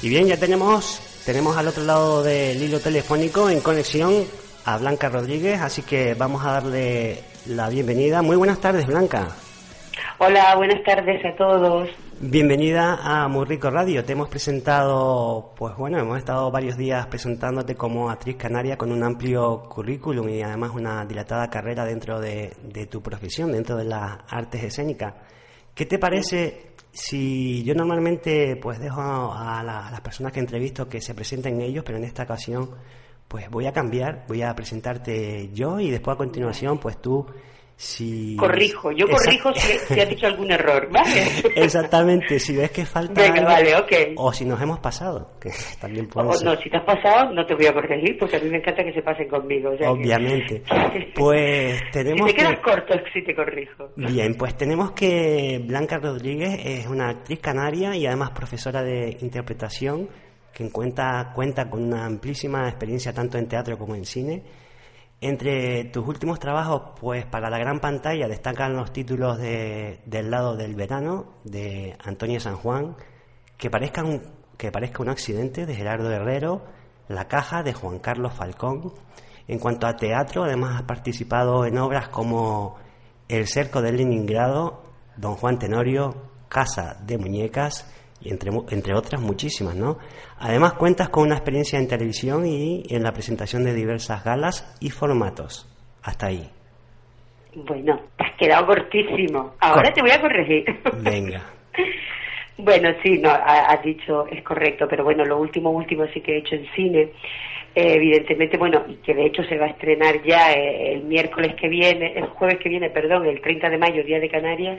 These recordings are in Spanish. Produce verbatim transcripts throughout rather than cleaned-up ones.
Y bien, ya tenemos tenemos al otro lado del hilo telefónico en conexión a Blanca Rodríguez, así que vamos a darle la bienvenida. Muy buenas tardes, Blanca. Hola, buenas tardes a todos. Bienvenida a Muy Rico Radio. Te hemos presentado, pues bueno, hemos estado varios días presentándote como actriz canaria con un amplio currículum y además una dilatada carrera dentro de, de tu profesión, dentro de las artes escénicas. ¿Qué te parece si yo normalmente pues dejo a, la, a las personas que entrevisto que se presenten ellos, pero en esta ocasión pues voy a cambiar, voy a presentarte yo y después a continuación pues tú si... Corrijo, yo corrijo si, si has dicho algún error, ¿vale? Exactamente, si ves que falta Venga, algo, vale, okay. O si nos hemos pasado, que también puede o, ser. No, si te has pasado no te voy a corregir porque a mí me encanta que se pasen conmigo. O sea Obviamente. Que... Pues tenemos si te quedas que... corto si te corrijo. Bien, pues tenemos que Blanca Rodríguez es una actriz canaria y además profesora de interpretación que cuenta, cuenta con una amplísima experiencia tanto en teatro como en cine. Entre tus últimos trabajos, pues para la gran pantalla destacan los títulos de Del lado del verano, de Antonia San Juan, que parezca un, que parezca un accidente, de Gerardo Herrero, La caja, de Juan Carlos Falcón. En cuanto a teatro, además has participado en obras como El cerco de Leningrado, Don Juan Tenorio, Casa de muñecas, y entre, entre otras muchísimas, ¿no? Además cuentas con una experiencia en televisión y en la presentación de diversas galas y formatos. Hasta ahí. Bueno, te has quedado cortísimo. Ahora Cor- te voy a corregir. Venga. Bueno, sí, no, has dicho, es correcto, pero bueno, lo último, último sí que he hecho en cine, eh, evidentemente, bueno, y que de hecho se va a estrenar ya eh, el miércoles que viene, el jueves que viene, perdón, el treinta de mayo, Día de Canarias,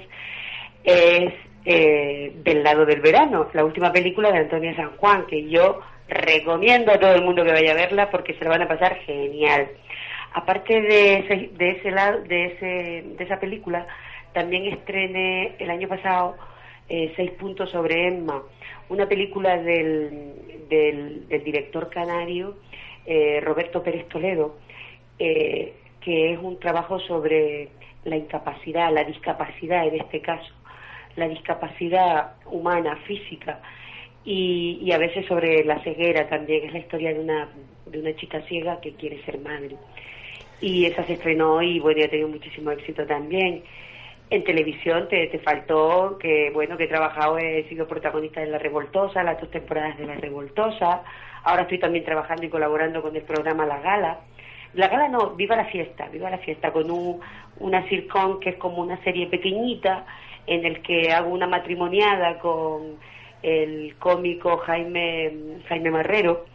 es eh, Del lado del verano, la última película de Antonia San Juan, que yo recomiendo a todo el mundo que vaya a verla porque se la van a pasar genial. Aparte de ese, de ese lado, de ese, de esa película, también estrené el año pasado eh, Seis puntos sobre Emma, una película del, del, del director canario eh, Roberto Pérez Toledo, eh, que es un trabajo sobre la incapacidad, la discapacidad en este caso, la discapacidad humana, física, y, y a veces sobre la ceguera también. Es la historia de una, de una chica ciega que quiere ser madre. Y esa se estrenó y bueno, ha tenido muchísimo éxito también. En televisión te, te faltó que, bueno, que he trabajado, he sido protagonista de La Revoltosa, las dos temporadas de La Revoltosa. Ahora estoy también trabajando y colaborando con el programa La Gala. La Gala no, Viva la Fiesta, Viva la Fiesta, con un, una sitcom que es como una serie pequeñita en el que hago una matrimoniada con el cómico Jaime Jaime Marrero.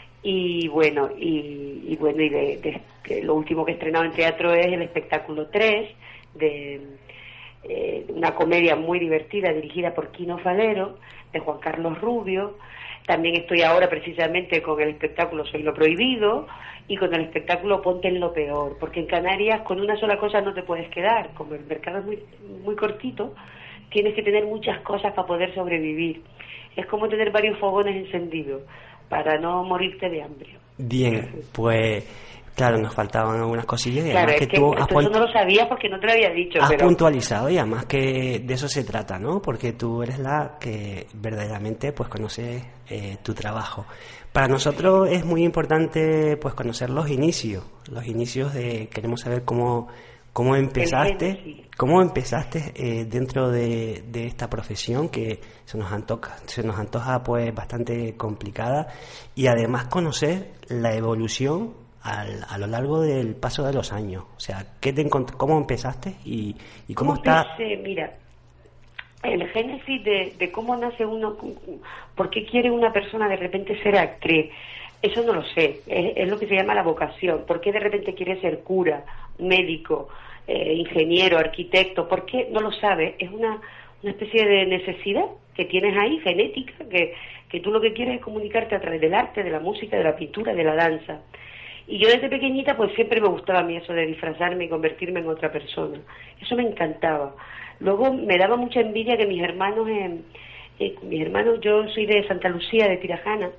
Y bueno, y, y bueno, y de, de, de lo último que he estrenado en teatro es el espectáculo tres, de eh, una comedia muy divertida dirigida por Quino Falero, de Juan Carlos Rubio. También estoy ahora precisamente con el espectáculo Soy lo prohibido y con el espectáculo Ponte en lo peor, porque en Canarias con una sola cosa no te puedes quedar, como el mercado es muy, muy cortito, tienes que tener muchas cosas para poder sobrevivir. Es como tener varios fogones encendidos para no morirte de hambre. Bien, pues claro, nos faltaban algunas cosillas y claro, además es que, que tú has, eso no lo sabías porque no te lo había dicho. has pero... puntualizado y además que de eso se trata, ¿no? Porque tú eres la que verdaderamente pues conoce eh, tu trabajo. Para nosotros es muy importante pues conocer los inicios, los inicios de, queremos saber cómo cómo empezaste, cómo empezaste eh, dentro de, de esta profesión que se nos antoja, se nos antoja pues bastante complicada, y además conocer la evolución al, a lo largo del paso de los años. O sea, ¿qué te encont- ¿cómo empezaste y, y cómo, ¿Cómo está? empecé? Mira, el génesis de, de cómo nace uno, por qué quiere una persona de repente ser actriz, eso no lo sé, es, es lo que se llama la vocación. ¿Por qué de repente quiere ser cura, médico, eh, ingeniero, arquitecto? ¿Por qué? No lo sabes, es una, una especie de necesidad que tienes ahí, genética, que, que tú lo que quieres es comunicarte a través del arte, de la música, de la pintura, de la danza. Y yo desde pequeñita pues siempre me gustaba a mí eso de disfrazarme y convertirme en otra persona, eso me encantaba. Luego me daba mucha envidia que mis hermanos, eh, eh, mis hermanos, yo soy de Santa Lucía, de Tirajana,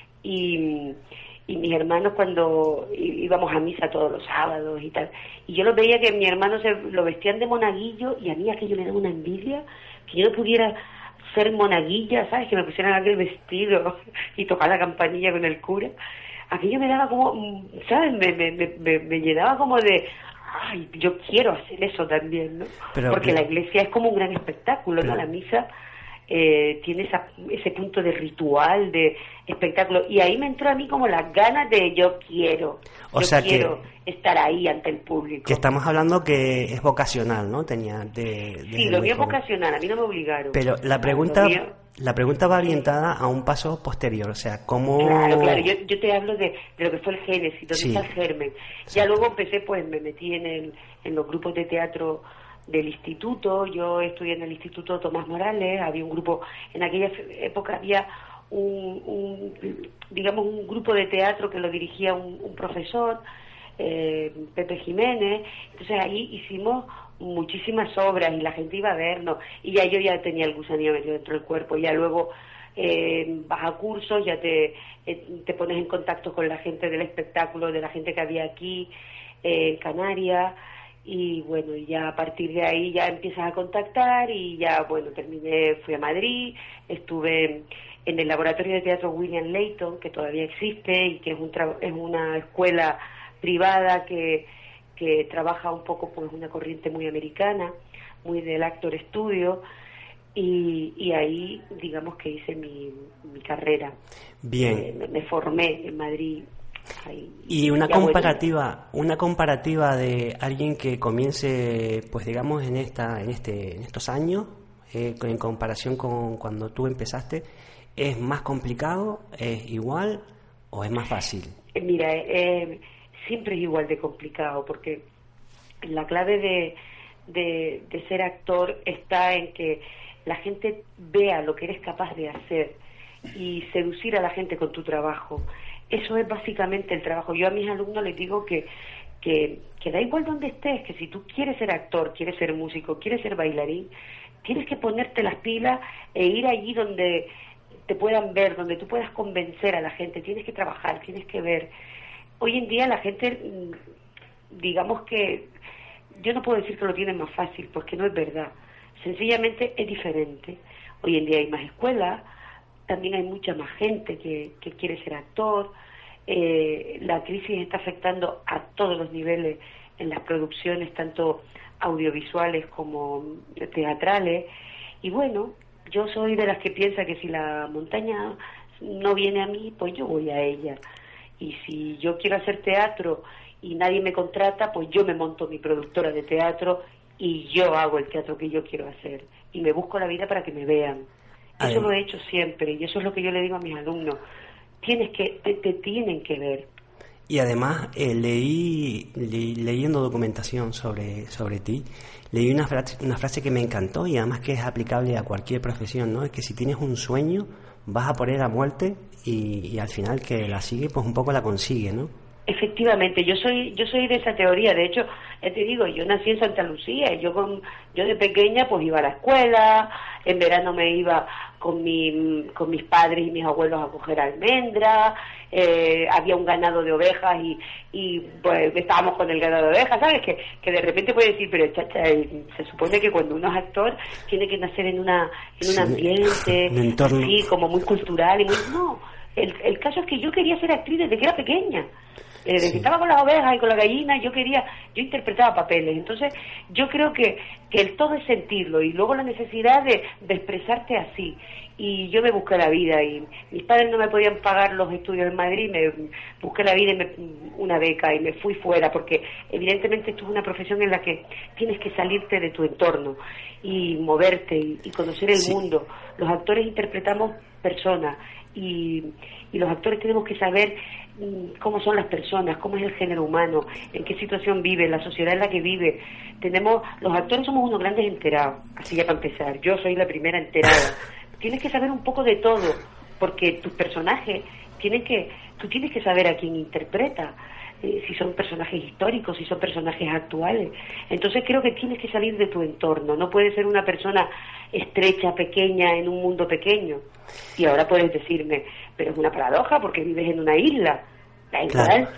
y, y mis hermanos cuando íbamos a misa todos los sábados y tal, y yo los veía que mis hermanos se lo vestían de monaguillo y a mí aquello me daba una envidia, que yo no pudiera ser monaguilla, ¿sabes? Que me pusieran aquel vestido y tocar la campanilla con el cura. Aquello me daba como, ¿sabes? Me, me, me, me llenaba como de, ay, yo quiero hacer eso también, ¿no? Pero, porque pero, la iglesia es como un gran espectáculo, pero, ¿no? La misa eh, tiene esa, ese punto de ritual, de espectáculo, y ahí me entró a mí como las ganas de yo quiero, o yo sea quiero que, estar ahí ante el público. Que estamos hablando que es vocacional, ¿no? Tenía de, sí, lo mío es vocacional, a mí no me obligaron. Pero la pregunta... La pregunta va orientada a un paso posterior, o sea, ¿cómo...? Claro, claro, yo, yo te hablo de, de lo que fue el génesis, donde sí. está el germen. Ya sí. Luego empecé, pues me metí en, el, en los grupos de teatro del instituto, yo estudié en el Instituto Tomás Morales, había un grupo, en aquella época había un, un digamos, un grupo de teatro que lo dirigía un, un profesor, eh, Pepe Jiménez, entonces ahí hicimos muchísimas obras y la gente iba a vernos y ya yo ya tenía el gusanillo metido dentro del cuerpo, ya luego eh, vas a cursos, ya te, eh, te pones en contacto con la gente del espectáculo, de la gente que había aquí eh, en Canarias, y bueno, ya a partir de ahí ya empiezas a contactar y ya bueno, terminé, fui a Madrid, estuve en el laboratorio de teatro William Layton, que todavía existe y que es, un tra- es una escuela privada que que trabaja un poco pues una corriente muy americana, muy del actor estudio, y, y ahí digamos que hice mi, mi carrera. Bien. Eh, me, me formé en Madrid. Ahí, y una comparativa, bueno. una comparativa de alguien que comience, pues digamos en esta, en este, en estos años, eh, en comparación con cuando tú empezaste, ¿es más complicado, es igual o es más fácil? Eh, mira, eh, siempre es igual de complicado, porque la clave de, de, de ser actor está en que la gente vea lo que eres capaz de hacer y seducir a la gente con tu trabajo. Eso es básicamente el trabajo. Yo a mis alumnos les digo que, que, que da igual donde estés, que si tú quieres ser actor, quieres ser músico, quieres ser bailarín, tienes que ponerte las pilas e ir allí donde te puedan ver, donde tú puedas convencer a la gente. Tienes que trabajar, tienes que ver. Hoy en día la gente, digamos que, yo no puedo decir que lo tienen más fácil, porque no es verdad. Sencillamente es diferente. Hoy en día hay más escuelas, también hay mucha más gente que, que quiere ser actor. Eh, la crisis está afectando a todos los niveles en las producciones, tanto audiovisuales como teatrales. Y bueno, yo soy de las que piensa que si la montaña no viene a mí, pues yo voy a ella. Y si yo quiero hacer teatro y nadie me contrata, pues yo me monto mi productora de teatro y yo hago el teatro que yo quiero hacer. Y me busco la vida para que me vean. Eso Ay. Lo he hecho siempre y eso es lo que yo le digo a mis alumnos. Tienes que, te, te tienen que ver. Y además eh, leí, le, leyendo documentación sobre, sobre ti, leí una frase, una frase que me encantó y además que es aplicable a cualquier profesión, ¿no? Es que si tienes un sueño, vas a por él a muerte y, y al final que la sigue, pues un poco la consigue, ¿no? Efectivamente, yo soy yo soy de esa teoría. De hecho, te digo, yo nací en Santa Lucía y yo con yo de pequeña pues iba a la escuela, en verano me iba con mi con mis padres y mis abuelos a coger almendras, eh, había un ganado de ovejas y y pues estábamos con el ganado de ovejas, ¿sabes? Que que de repente puedes decir, pero chacha, se supone que cuando uno es actor tiene que nacer en una en un sí, ambiente un entorno así como muy cultural y muy no, el el caso es que yo quería ser actriz desde que era pequeña. Desde sí. que estaba con las ovejas y con la gallina, yo quería, yo interpretaba papeles. Entonces, yo creo que, que el todo es sentirlo y luego la necesidad de, de expresarte así. Y yo me busqué la vida y mis padres no me podían pagar los estudios en Madrid, me busqué la vida y me, una beca y me fui fuera, porque evidentemente esto es una profesión en la que tienes que salirte de tu entorno y moverte y, y conocer el sí. mundo. Los actores interpretamos personas y, y los actores tenemos que saber cómo son las personas, cómo es el género humano, en qué situación vive, la sociedad en la que vive. Tenemos, los actores somos unos grandes enterados, así ya para empezar, yo soy la primera enterada. Tienes que saber un poco de todo, porque tus personajes tienen que, tú tienes que saber a quién interpreta, eh, si son personajes históricos, si son personajes actuales. Entonces creo que tienes que salir de tu entorno, no puedes ser una persona estrecha, pequeña, en un mundo pequeño. Y ahora puedes decirme, pero es una paradoja porque vives en una isla. Da igual. Claro.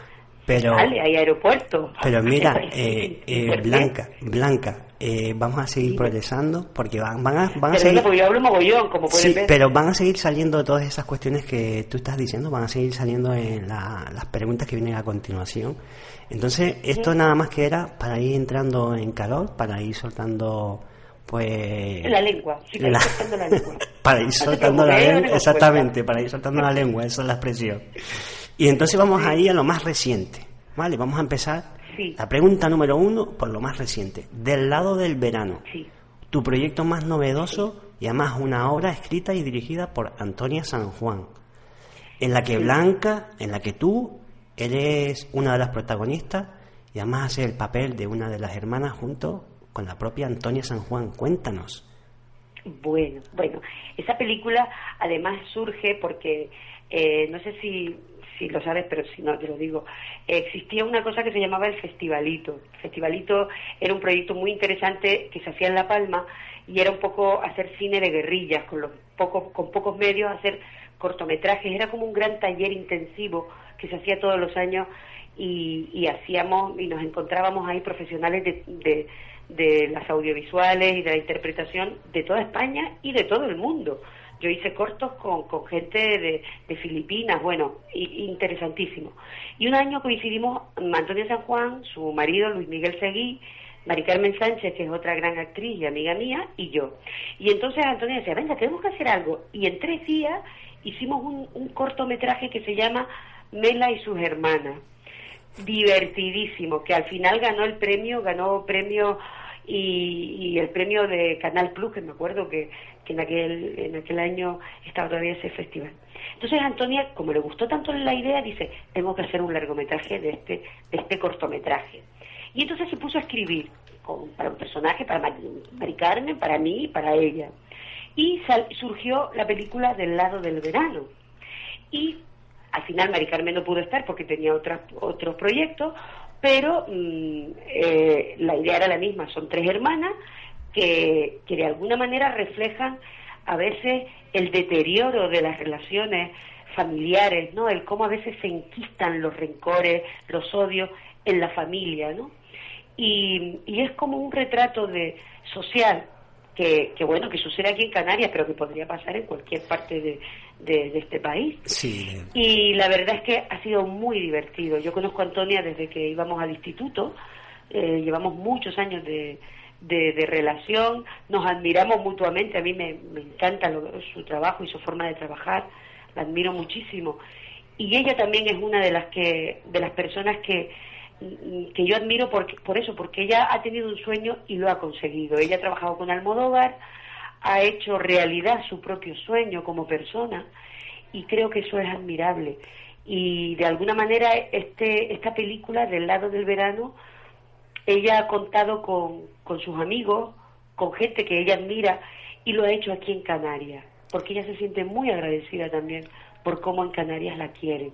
Pero, Vale, hay aeropuertos. Pero mira, eh, eh, Blanca, Blanca, eh, vamos a seguir sí. progresando porque van, van a, van a seguir... Porque yo hablo mogollón, como pueden sí, ver. Pero van a seguir saliendo todas esas cuestiones que tú estás diciendo, van a seguir saliendo en la, las preguntas que vienen a continuación. Entonces, esto sí. nada más que era para ir entrando en calor, para ir soltando... Pues la lengua, sí, para la... ir soltando la lengua. Para ir soltando la lengua, exactamente, para ir soltando la lengua, esa es la expresión. Y entonces vamos sí. a ir a lo más reciente, ¿vale? Vamos a empezar sí. la pregunta número uno por lo más reciente. Del lado del verano, sí. tu proyecto más novedoso sí. y además una obra escrita y dirigida por Antonia San Juan, en la que sí. Blanca, en la que tú eres una de las protagonistas y además haces el papel de una de las hermanas junto con la propia Antonia San Juan. Cuéntanos. Bueno, bueno, esa película además surge porque, eh, no sé si, si lo sabes, pero si no te lo digo, eh, existía una cosa que se llamaba el Festivalito. El Festivalito era un proyecto muy interesante que se hacía en La Palma y era un poco hacer cine de guerrillas, con, los pocos, con pocos medios, hacer cortometrajes. Era como un gran taller intensivo que se hacía todos los años y, y hacíamos y nos encontrábamos ahí profesionales de... de de las audiovisuales y de la interpretación de toda España y de todo el mundo. Yo hice cortos con, con gente de, de Filipinas, bueno, y, interesantísimo. Y un año coincidimos Antonia San Juan, su marido Luis Miguel Seguí, Mari Carmen Sánchez, que es otra gran actriz y amiga mía, y yo. Y entonces Antonia decía, venga, tenemos que hacer algo. Y en tres días hicimos un, un cortometraje que se llama Mela y sus hermanas. Divertidísimo, que al final ganó el premio, ganó premio y, y el premio de Canal Plus, que me acuerdo que, que en aquel en aquel año estaba todavía ese festival. Entonces Antonia, como le gustó tanto la idea, dice, tengo que hacer un largometraje de este de este cortometraje. Y entonces se puso a escribir con, para un personaje, para Mari Carmen, para mí y para ella. Y sal, surgió la película Del lado del verano. Y al final Mari Carmen no pudo estar porque tenía otras, otros proyectos, pero mmm, eh, la idea era la misma. Son tres hermanas que, que de alguna manera reflejan a veces el deterioro de las relaciones familiares, ¿no? El cómo a veces se enquistan los rencores, los odios en la familia, ¿no? Y, y es como un retrato de social que, que bueno, que sucede aquí en Canarias, pero que podría pasar en cualquier parte de, de, de este país. Sí. Y la verdad es que ha sido muy divertido. Yo conozco a Antonia desde que íbamos al instituto, eh, llevamos muchos años de, de, de relación, nos admiramos mutuamente, a mí me, me encanta lo, su trabajo y su forma de trabajar, la admiro muchísimo. Y ella también es una de las que de las personas que que yo admiro por, por eso, porque ella ha tenido un sueño y lo ha conseguido. Ella ha trabajado con Almodóvar, ha hecho realidad su propio sueño como persona y creo que eso es admirable. Y de alguna manera este esta película Del lado del verano, ella ha contado con, con sus amigos, con gente que ella admira y lo ha hecho aquí en Canarias, porque ella se siente muy agradecida también por cómo en Canarias la quieren.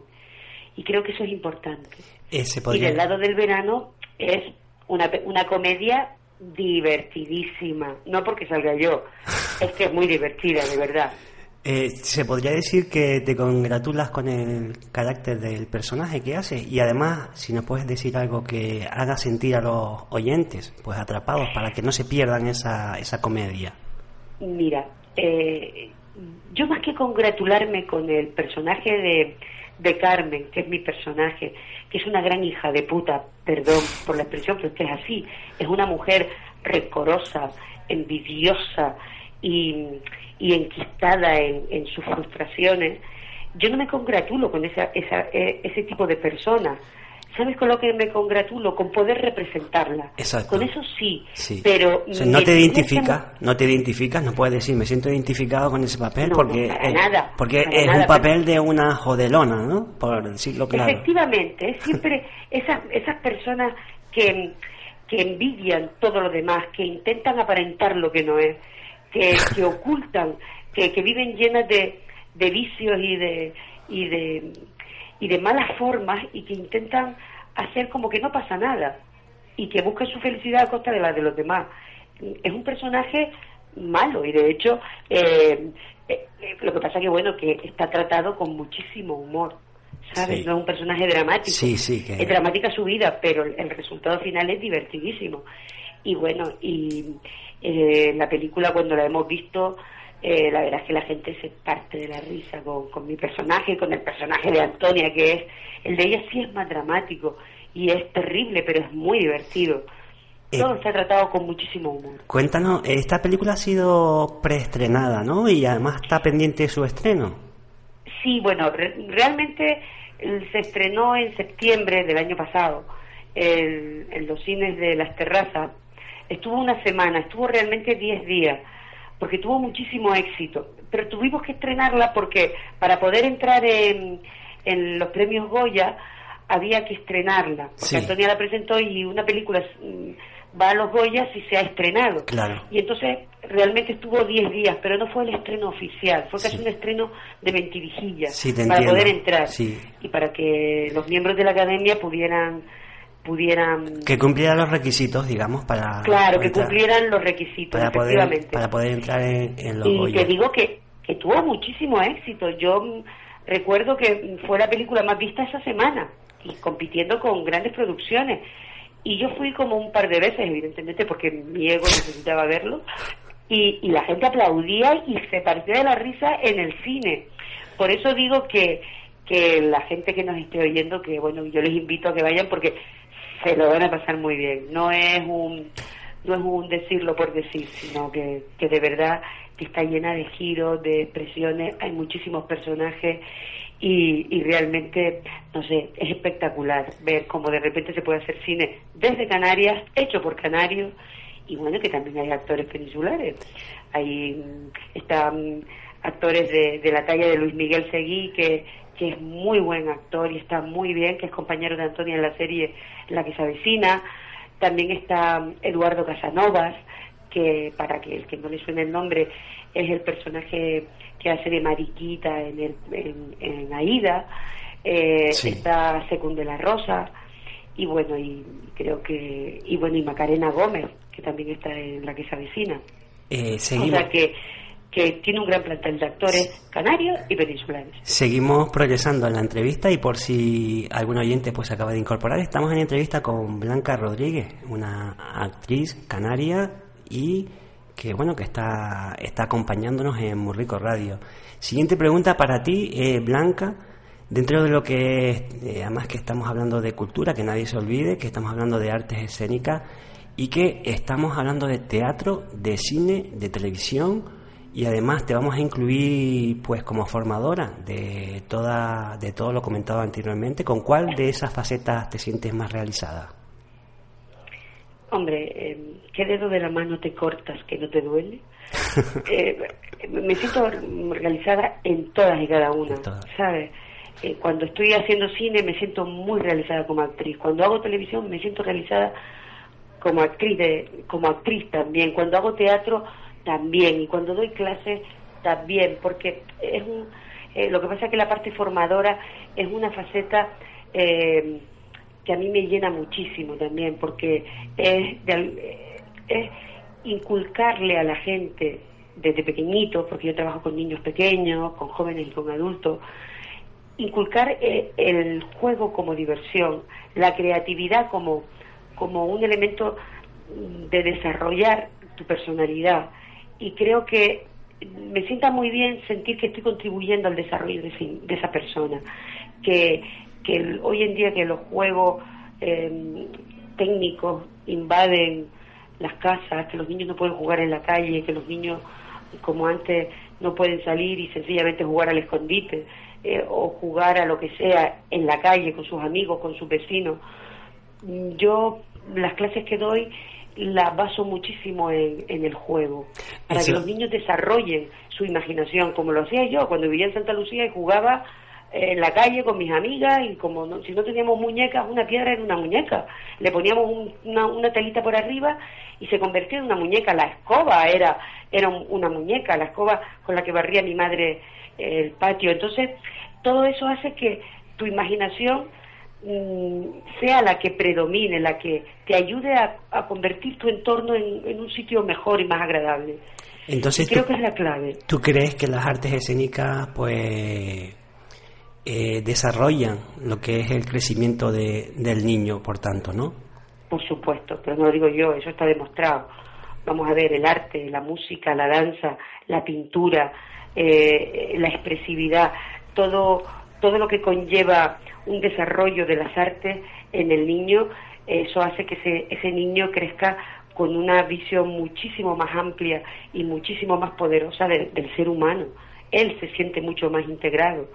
Y creo que eso es importante. Ese podría... Y Del lado del verano es una, una comedia divertidísima. No porque salga yo, es que es muy divertida, de verdad. Eh, se podría decir que te congratulas con el carácter del personaje que haces y además, si nos puedes decir algo que haga sentir a los oyentes pues atrapados para que no se pierdan esa, esa comedia. Mira, eh, yo más que congratularme con el personaje de... de Carmen, que es mi personaje, que es una gran hija de puta, perdón por la expresión, pero es que es así, es una mujer rencorosa, envidiosa y, y enquistada en, en sus frustraciones. Yo no me congratulo con esa, esa, ese tipo de persona. ¿Sabes con lo que me congratulo? Con poder representarla. Exacto. Con eso sí, sí. pero... O sea, no te identificas, no te identificas, no puedes decir, me siento identificado con ese papel no, porque, no, para es, nada, porque para es nada, un papel pero... de una jodelona, ¿no? Por decirlo claro. Efectivamente, siempre esas, esas personas que, que envidian todo lo demás, que intentan aparentar lo que no es, que, que ocultan, que, que viven llenas de, de vicios y de... Y de y de malas formas y que intentan hacer como que no pasa nada y que buscan su felicidad a costa de la de los demás. Es un personaje malo y de hecho eh, eh, lo que pasa que bueno que está tratado con muchísimo humor, ¿sabes? Sí. No es un personaje dramático. Sí, sí, que... Es dramática su vida, pero el resultado final es divertidísimo. Y bueno, y eh, la película cuando la hemos visto, eh, la verdad es que la gente se parte de la risa con, con mi personaje, con el personaje de Antonia, que es, el de ella sí es más dramático y es terrible, pero es muy divertido. Eh, Todo está tratado con muchísimo humor. Cuéntanos, esta película ha sido preestrenada, ¿no? Y además está pendiente de su estreno. Sí, bueno, re- realmente se estrenó en septiembre del año pasado en, en los cines de Las Terrazas. Estuvo una semana, estuvo realmente diez días, porque tuvo muchísimo éxito. Pero tuvimos que estrenarla porque para poder entrar en, en los premios Goya había que estrenarla. Porque Sí. Antonia la presentó y una película mm, va a los Goya si se ha estrenado. Claro. Y entonces realmente estuvo diez días, pero no fue el estreno oficial, fue casi Sí. un estreno de mentirijillas Sí, te para entiendo. poder entrar Sí. y para que los miembros de la academia pudieran pudieran Que cumpliera los requisitos, digamos, para... claro, para que entrar, cumplieran los requisitos, para poder, efectivamente. para poder entrar en, en los Y Goya. te digo que, que tuvo muchísimo éxito. Yo mm, recuerdo que fue la película más vista esa semana y compitiendo con grandes producciones. Y yo fui como un par de veces, evidentemente, porque mi ego necesitaba verlo. Y, y la gente aplaudía y se partía de la risa en el cine. Por eso digo que, que la gente que nos esté oyendo, que bueno, yo les invito a que vayan porque se lo van a pasar muy bien. No es un no es un decirlo por decir, sino que, que de verdad que está llena de giros, de expresiones, hay muchísimos personajes y, y realmente, no sé, es espectacular ver cómo de repente se puede hacer cine desde Canarias, hecho por canarios, y bueno, que también hay actores peninsulares. Hay están actores de, de la talla de Luis Miguel Seguí, que, que es muy buen actor y está muy bien, que es compañero de Antonia en la serie La que se avecina. También está Eduardo Casanovas, que para que el que no le suene el nombre, es el personaje que hace de Mariquita en, el, en, en Aída. Eh, Sí. Está Secund de la Rosa, y bueno, y creo que, y bueno, y Macarena Gómez, que también está en La que se avecina. Eh, O seguimos, sea que, que tiene un gran plantel de actores canarios y peninsulares. seguimos progresando en la entrevista y por si algún oyente pues se acaba de incorporar, estamos en entrevista con Blanca Rodríguez, una actriz canaria y que bueno que está, está acompañándonos en Muy Rico Radio. Siguiente pregunta para ti, eh, Blanca. Dentro de lo que es, eh, además que estamos hablando de cultura, que nadie se olvide, que estamos hablando de artes escénicas y que estamos hablando de teatro, de cine, de televisión y además te vamos a incluir pues como formadora de toda de todo lo comentado anteriormente. ¿Con cuál de esas facetas te sientes más realizada? Hombre, eh, ¿qué dedo de la mano te cortas que no te duele? eh, me siento realizada en todas y cada una, ¿sabes? Eh, cuando estoy haciendo cine me siento muy realizada como actriz. Cuando hago televisión me siento realizada como actriz, de, como actriz también. Cuando hago teatro también. Y cuando doy clases también. Porque es un, eh, lo que pasa es que la parte formadora es una faceta eh, que a mí me llena muchísimo también. Porque es, de, es inculcarle a la gente desde pequeñito, porque yo trabajo con niños pequeños, con jóvenes y con adultos, inculcar eh, el juego como diversión, la creatividad como, como un elemento de desarrollar tu personalidad. Y creo que me sienta muy bien sentir que estoy contribuyendo al desarrollo de, ese, de esa persona. Que, que el, hoy en día que los juegos eh, técnicos invaden las casas, que los niños no pueden jugar en la calle, que los niños como antes no pueden salir y sencillamente jugar al escondite, eh, o jugar a lo que sea en la calle con sus amigos, con sus vecinos. Yo las clases que doy las baso muchísimo en, en el juego, para Eso. que los niños desarrollen su imaginación, como lo hacía yo cuando vivía en Santa Lucía y jugaba en la calle con mis amigas, y como no, si no teníamos muñecas, una piedra era una muñeca, le poníamos un, una, una telita por arriba y se convertía en una muñeca. La escoba era era un, una muñeca, la escoba con la que barría mi madre eh, el patio. Entonces todo eso hace que tu imaginación mmm, sea la que predomine, la que te ayude a, a convertir tu entorno en, en un sitio mejor y más agradable. Entonces, y creo tú, que es la clave. ¿Tú crees que las artes escénicas pues eh, desarrollan lo que es el crecimiento de, del niño, por tanto, ¿no? Por supuesto, pero no lo digo yo, eso está demostrado. Vamos a ver, el arte, la música, la danza, la pintura, eh, la expresividad, todo, todo lo que conlleva un desarrollo de las artes en el niño, eso hace que ese, ese niño crezca con una visión muchísimo más amplia y muchísimo más poderosa de, del ser humano. Él se siente mucho más integrado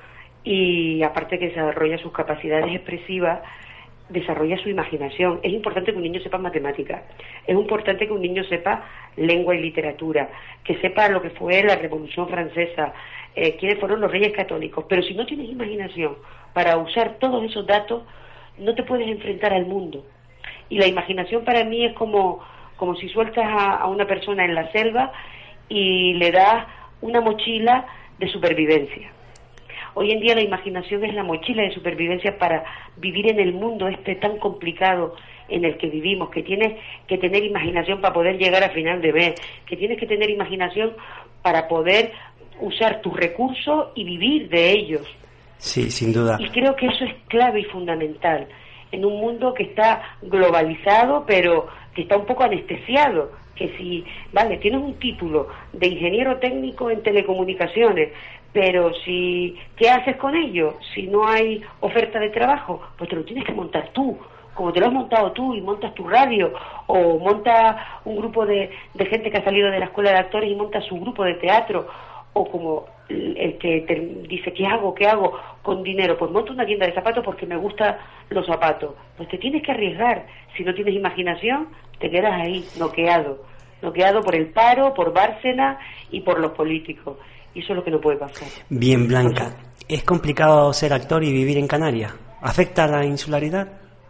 y aparte que desarrolla sus capacidades expresivas, desarrolla su imaginación. Es importante que un niño sepa matemáticas, es importante que un niño sepa lengua y literatura, que sepa lo que fue la Revolución Francesa, eh, quiénes fueron los reyes católicos, pero si no tienes imaginación para usar todos esos datos, no te puedes enfrentar al mundo. Y la imaginación para mí es como, como si sueltas a, a una persona en la selva y le das una mochila de supervivencia. Hoy en día la imaginación es la mochila de supervivencia para vivir en el mundo este tan complicado en el que vivimos, que tienes que tener imaginación para poder llegar a final de mes, que tienes que tener imaginación para poder usar tus recursos y vivir de ellos. Sí, sin duda. Y creo que eso es clave y fundamental en un mundo que está globalizado, pero que está un poco anestesiado, que si, vale, tienes un título de ingeniero técnico en telecomunicaciones, pero si, ¿qué haces con ello? Si no hay oferta de trabajo, pues te lo tienes que montar tú, como te lo has montado tú, y montas tu radio, o montas un grupo de, de gente que ha salido de la escuela de actores y monta su grupo de teatro, o como el que te dice, ¿qué hago? ¿Qué hago con dinero? Pues monto una tienda de zapatos porque me gustan los zapatos. Pues te tienes que arriesgar. Si no tienes imaginación, te quedas ahí, noqueado. Noqueado por el paro, por Bárcena y por los políticos. Y eso es lo que no puede pasar. Bien, Blanca. ¿Es complicado ser actor y vivir en Canarias? ¿Afecta la insularidad?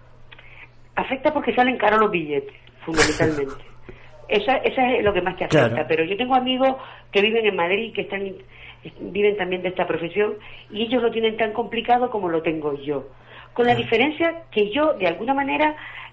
Afecta porque salen caros los billetes, fundamentalmente. Esa, esa es lo que más te afecta. Claro. Pero yo tengo amigos que viven en Madrid, que están viven también de esta profesión, y ellos lo tienen tan complicado como lo tengo yo. Con la diferencia que yo, de alguna manera,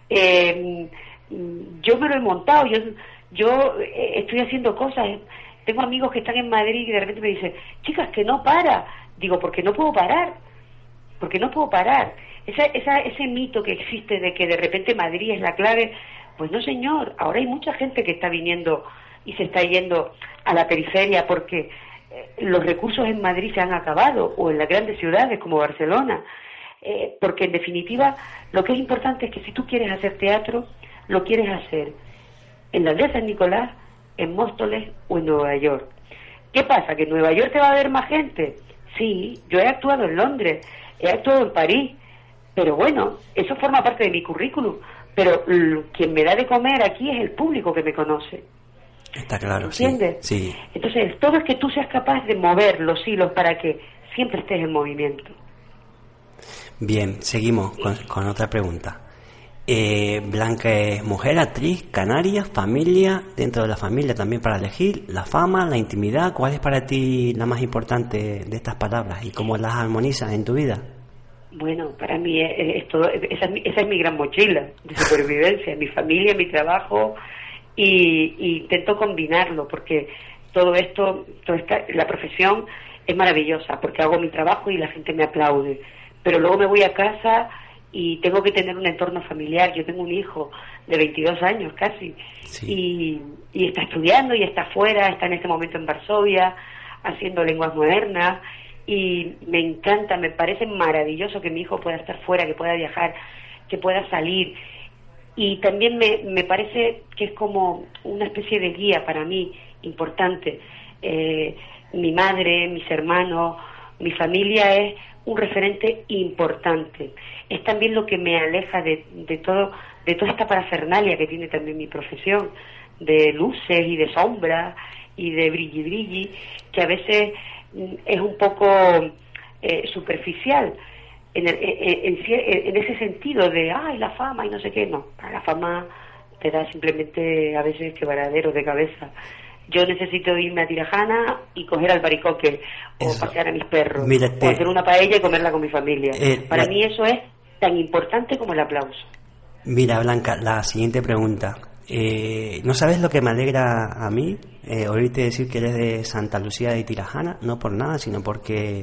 eh, yo me lo he montado, yo, yo estoy haciendo cosas. Tengo amigos que están en Madrid y de repente me dicen, chicas, que no para. Digo, porque no puedo parar, porque no puedo parar. Esa, esa, ese mito que existe de que de repente Madrid es la clave, pues no, señor. Ahora hay mucha gente que está viniendo y se está yendo a la periferia porque los recursos en Madrid se han acabado, o en las grandes ciudades como Barcelona, eh, porque en definitiva lo que es importante es que si tú quieres hacer teatro, lo quieres hacer en la aldea San Nicolás, en Móstoles o en Nueva York. ¿Qué pasa? ¿Que en Nueva York te va a ver más gente? Sí, yo he actuado en Londres, he actuado en París, pero bueno, eso forma parte de mi currículum, pero quien me da de comer aquí es el público que me conoce. Está claro, ¿entiendes? Sí, sí. Entonces, todo es que tú seas capaz de mover los hilos para que siempre estés en movimiento. Bien, seguimos con, con otra pregunta. Eh, Blanca es mujer, actriz, canaria, familia, dentro de la familia también para elegir, la fama, la intimidad. ¿Cuál es para ti la más importante de estas palabras y cómo las armonizas en tu vida? Bueno, para mí es, es todo, esa, es mi, esa es mi gran mochila de supervivencia, mi familia, mi trabajo. Y, y intento combinarlo porque todo esto, toda esta, la profesión es maravillosa porque hago mi trabajo y la gente me aplaude, pero luego me voy a casa y tengo que tener un entorno familiar. Yo tengo un hijo de veintidós años casi, sí. y, y está estudiando y está afuera, está en este momento en Varsovia haciendo lenguas modernas y me encanta, me parece maravilloso que mi hijo pueda estar fuera, que pueda viajar, que pueda salir. Y también me, me parece que es como una especie de guía para mí importante. Eh, mi madre, mis hermanos, mi familia es un referente importante. Es también lo que me aleja de, de todo, de toda esta parafernalia que tiene también mi profesión, de luces y de sombras y de brilli brilli, que a veces es un poco eh, superficial. En, el, en, en, en ese sentido de ay la fama y no sé qué, no, la fama te da simplemente a veces quebraderos de cabeza. Yo necesito irme a Tirajana y coger albaricoque o eso. Pasear a mis perros. Mírate. O hacer una paella y comerla con mi familia. Eh, Para la... mí eso es tan importante como el aplauso. Mira, Blanca, la siguiente pregunta. Eh, ¿No sabes lo que me alegra a mí? Eh, oírte decir que eres de Santa Lucía de Tirajana, no por nada, sino porque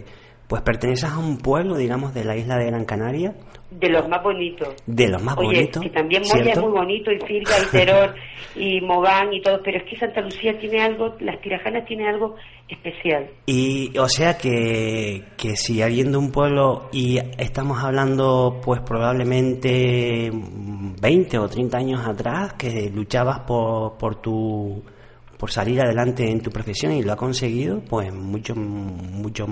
Pues perteneces a un pueblo, digamos, de la isla de Gran Canaria. De los más bonitos. De los más Oye, bonitos. que también Moya ¿cierto? es muy bonito, y Sirga, y Teror, y Mogán, y todo, pero es que Santa Lucía tiene algo, las Tirajanas tiene algo especial. Y, o sea, que, que si alguien de un pueblo, y estamos hablando, pues probablemente veinte o treinta años atrás, que luchabas por, por tu... por salir adelante en tu profesión y lo ha conseguido, pues mucho, mucho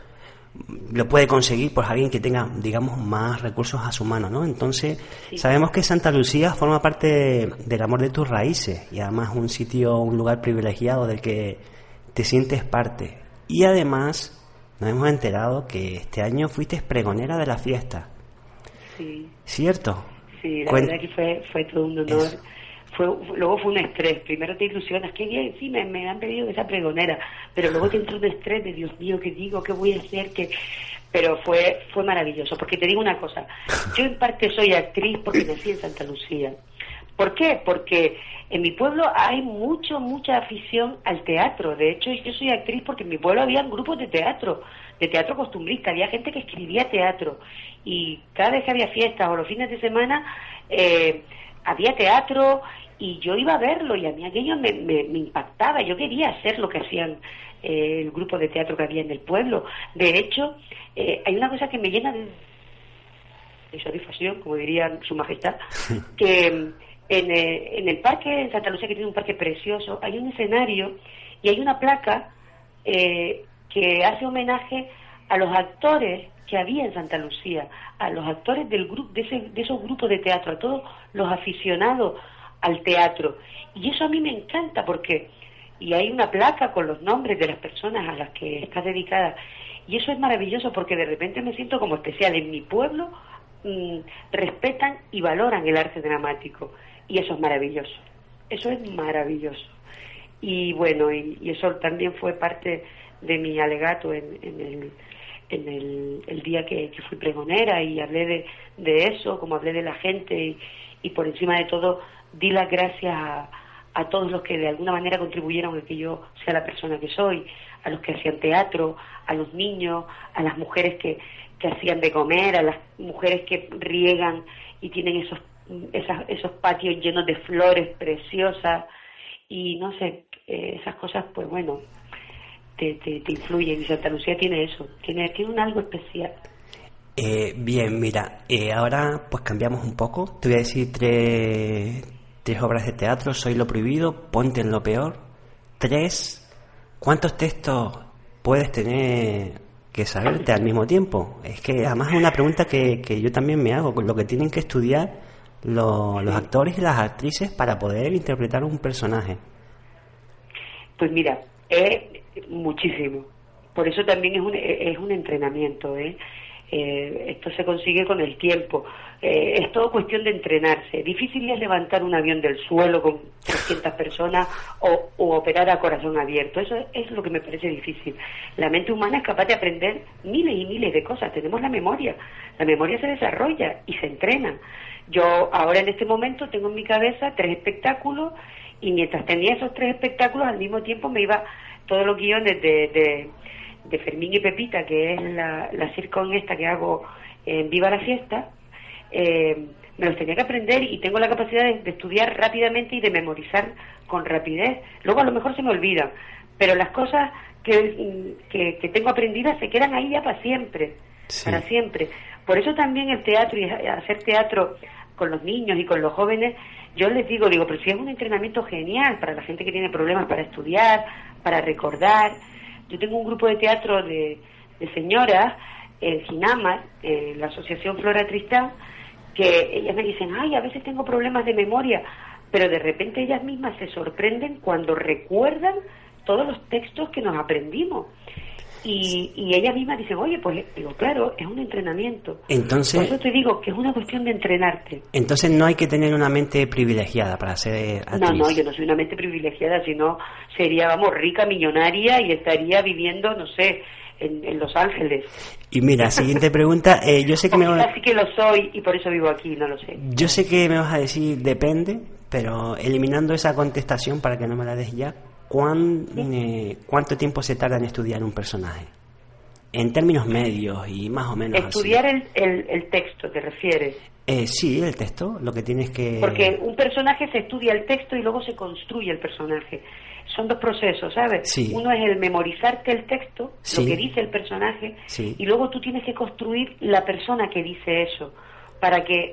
lo puede conseguir por alguien que tenga, digamos, más recursos a su mano, ¿no? Entonces, sí. Sabemos que Santa Lucía forma parte de, del amor de tus raíces y además un sitio, un lugar privilegiado del que te sientes parte. Y además nos hemos enterado que este año fuiste pregonera de la fiesta. Sí. ¿Cierto? Sí, la Cuen... verdad que fue, fue todo un honor. Eso. Fue, luego fue un estrés, primero te ilusionas, qué bien, sí, me, me han pedido esa pregonera, pero luego te entró un estrés de Dios mío, ¿qué digo? ¿Qué voy a hacer? ¿Qué? Pero fue fue maravilloso, porque te digo una cosa, yo en parte soy actriz porque nací en Santa Lucía. ¿Por qué? Porque en mi pueblo hay mucho, mucha afición al teatro. De hecho, yo soy actriz porque en mi pueblo había grupos de teatro, de teatro costumbrista, había gente que escribía teatro, y cada vez que había fiestas o los fines de semana eh, había teatro, y yo iba a verlo, y a mí aquello me, me, me impactaba. Yo quería hacer lo que hacían eh, el grupo de teatro que había en el pueblo. De hecho, eh, hay una cosa que me llena de, de satisfacción, como diría su majestad, que en, eh, en el parque en Santa Lucía, que tiene un parque precioso, hay un escenario y hay una placa eh, que hace homenaje a los actores que había en Santa Lucía, a los actores del grupo, de, ese, de esos grupos de teatro, a todos los aficionados al teatro. Y eso a mí me encanta, porque y hay una placa con los nombres de las personas a las que está dedicada, y eso es maravilloso, porque de repente me siento como especial. En mi pueblo mmm, respetan y valoran el arte dramático, y eso es maravilloso, eso es maravilloso. Y bueno, y, y eso también fue parte de mi alegato en, en el en el, el día que, que fui pregonera, y hablé de, de eso, como hablé de la gente, y, y por encima de todo di las gracias a, a todos los que de alguna manera contribuyeron a que yo sea la persona que soy, a los que hacían teatro, a los niños, a las mujeres que, que hacían de comer, a las mujeres que riegan y tienen esos, esas, esos patios llenos de flores preciosas, y no sé, eh, esas cosas, pues bueno, Te, te, te influyen, y Santa Lucía tiene eso, tiene, tiene un algo especial. Eh, bien, mira, eh, ahora pues cambiamos un poco. Te voy a decir tres, tres obras de teatro: Soy lo prohibido, Ponte en lo peor. Tres, ¿cuántos textos puedes tener que saberte al mismo tiempo? Es que además es una pregunta que, que yo también me hago, con lo que tienen que estudiar lo, los actores y las actrices para poder interpretar un personaje. Pues mira, es muchísimo. Por eso también es un, es un entrenamiento, ¿eh? Eh, esto se consigue con el tiempo. Eh, es todo cuestión de entrenarse. Difícil es levantar un avión del suelo con trescientas personas o, o operar a corazón abierto. Eso es lo que me parece difícil. La mente humana es capaz de aprender miles y miles de cosas. Tenemos la memoria. La memoria se desarrolla y se entrena. Yo ahora en este momento tengo en mi cabeza tres espectáculos, y mientras tenía esos tres espectáculos, al mismo tiempo me iba todos los guiones de, de, de Fermín y Pepita, que es la, la sitcom esta que hago en Viva la Fiesta, eh, me los tenía que aprender, y tengo la capacidad de, de estudiar rápidamente y de memorizar con rapidez. Luego a lo mejor se me olvidan, pero las cosas que, que, que tengo aprendidas se quedan ahí ya para siempre, sí. para siempre. Por eso también el teatro, y hacer teatro con los niños y con los jóvenes, yo les digo, digo, pero si es un entrenamiento genial para la gente que tiene problemas para estudiar, para recordar. Yo tengo un grupo de teatro de, de señoras en Ginamar, en la Asociación Flora Tristán, que ellas me dicen, ay, a veces tengo problemas de memoria, pero de repente ellas mismas se sorprenden cuando recuerdan todos los textos que nos aprendimos. Y, y ellas mismas dicen, oye, pues digo, claro, es un entrenamiento. Entonces, por eso te digo que es una cuestión de entrenarte. Entonces no hay que tener una mente privilegiada para ser actriz. No, no, yo no soy una mente privilegiada, sino sería, vamos, rica, millonaria, y estaría viviendo, no sé, en, en Los Ángeles. Y mira, siguiente pregunta, eh, yo sé que me vas a... sí que lo soy, y por eso vivo aquí, no lo sé. Yo sé que me vas a decir depende, pero eliminando esa contestación para que no me la des ya, ¿cuán, eh, ¿cuánto tiempo se tarda en estudiar un personaje? En términos medios y más o menos Estudiar así. El, el, el texto, ¿te refieres? Eh, sí, el texto, lo que tienes que... Porque un personaje se estudia el texto y luego se construye el personaje. Son dos procesos, ¿sabes? Sí. Uno es el memorizarte el texto, sí. lo que dice el personaje, sí. y luego tú tienes que construir la persona que dice eso, para que,